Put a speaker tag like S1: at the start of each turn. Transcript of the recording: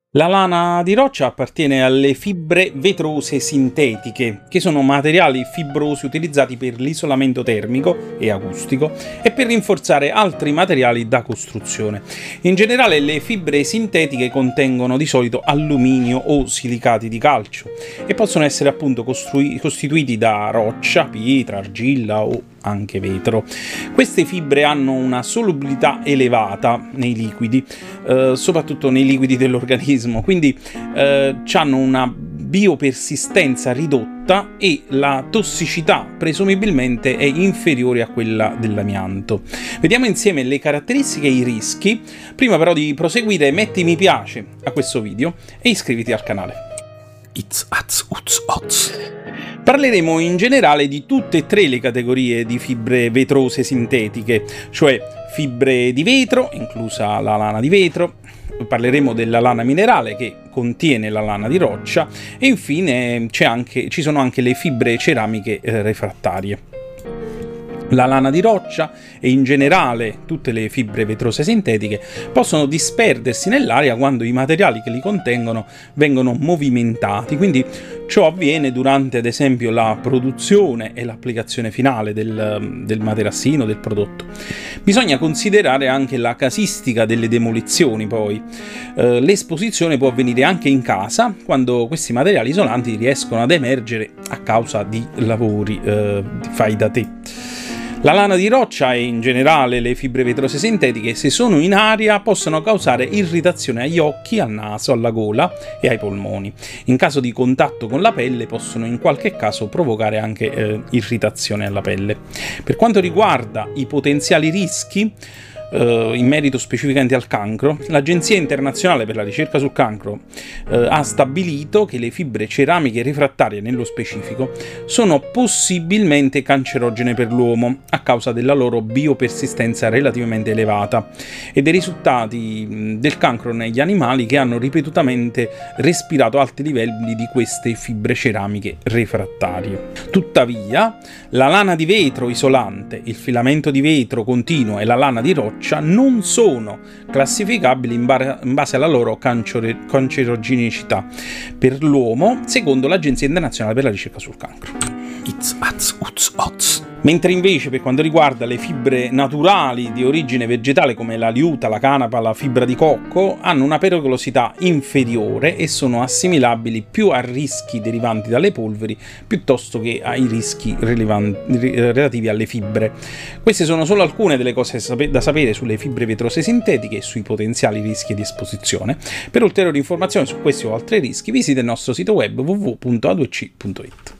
S1: La lana di roccia appartiene alle fibre vetrose sintetiche, che sono materiali fibrosi utilizzati per l'isolamento termico e acustico e per rinforzare altri materiali da costruzione. In generale le fibre sintetiche contengono di solito alluminio o silicati di calcio e possono essere appunto costituiti da roccia, pietra, argilla o anche vetro. Queste fibre hanno una solubilità elevata nei liquidi, soprattutto nei liquidi dell'organismo, quindi hanno una biopersistenza ridotta e la tossicità presumibilmente è inferiore a quella dell'amianto. Vediamo insieme le caratteristiche e i rischi. Prima però di proseguire, metti mi piace a questo video e iscriviti al canale. Parleremo in generale di tutte e tre le categorie di fibre vetrose sintetiche, cioè fibre di vetro, inclusa la lana di vetro. Parleremo della lana minerale che contiene la lana di roccia e infine ci sono anche le fibre ceramiche refrattarie. La lana di roccia e in generale tutte le fibre vetrose sintetiche possono disperdersi nell'aria quando i materiali che li contengono vengono movimentati, quindi ciò avviene durante ad esempio la produzione e l'applicazione finale del materassino, del prodotto. Bisogna considerare anche la casistica delle demolizioni poi. L'esposizione può avvenire anche in casa quando questi materiali isolanti riescono ad emergere a causa di lavori fai da te. La lana di roccia e in generale le fibre vetrose sintetiche, se sono in aria, possono causare irritazione agli occhi, al naso, alla gola e ai polmoni. In caso di contatto con la pelle possono in qualche caso provocare anche irritazione alla pelle. Per quanto riguarda i potenziali rischi, in merito specificamente al cancro, l'Agenzia Internazionale per la Ricerca sul Cancro ha stabilito che le fibre ceramiche refrattarie nello specifico sono possibilmente cancerogene per l'uomo a causa della loro biopersistenza relativamente elevata e dei risultati del cancro negli animali che hanno ripetutamente respirato alti livelli di queste fibre ceramiche refrattarie. Tuttavia, la lana di vetro isolante, il filamento di vetro continuo e la lana di roccia non sono classificabili in base alla loro cancerogenicità per l'uomo, secondo l'Agenzia Internazionale per la Ricerca sul Cancro. Mentre invece per quanto riguarda le fibre naturali di origine vegetale come la liuta, la canapa, la fibra di cocco, hanno una pericolosità inferiore e sono assimilabili più a rischi derivanti dalle polveri piuttosto che ai rischi relativi alle fibre. Queste sono solo alcune delle cose da sapere sulle fibre vetrose sintetiche e sui potenziali rischi di esposizione. Per ulteriori informazioni su questi o altri rischi visita il nostro sito web www.a2c.it.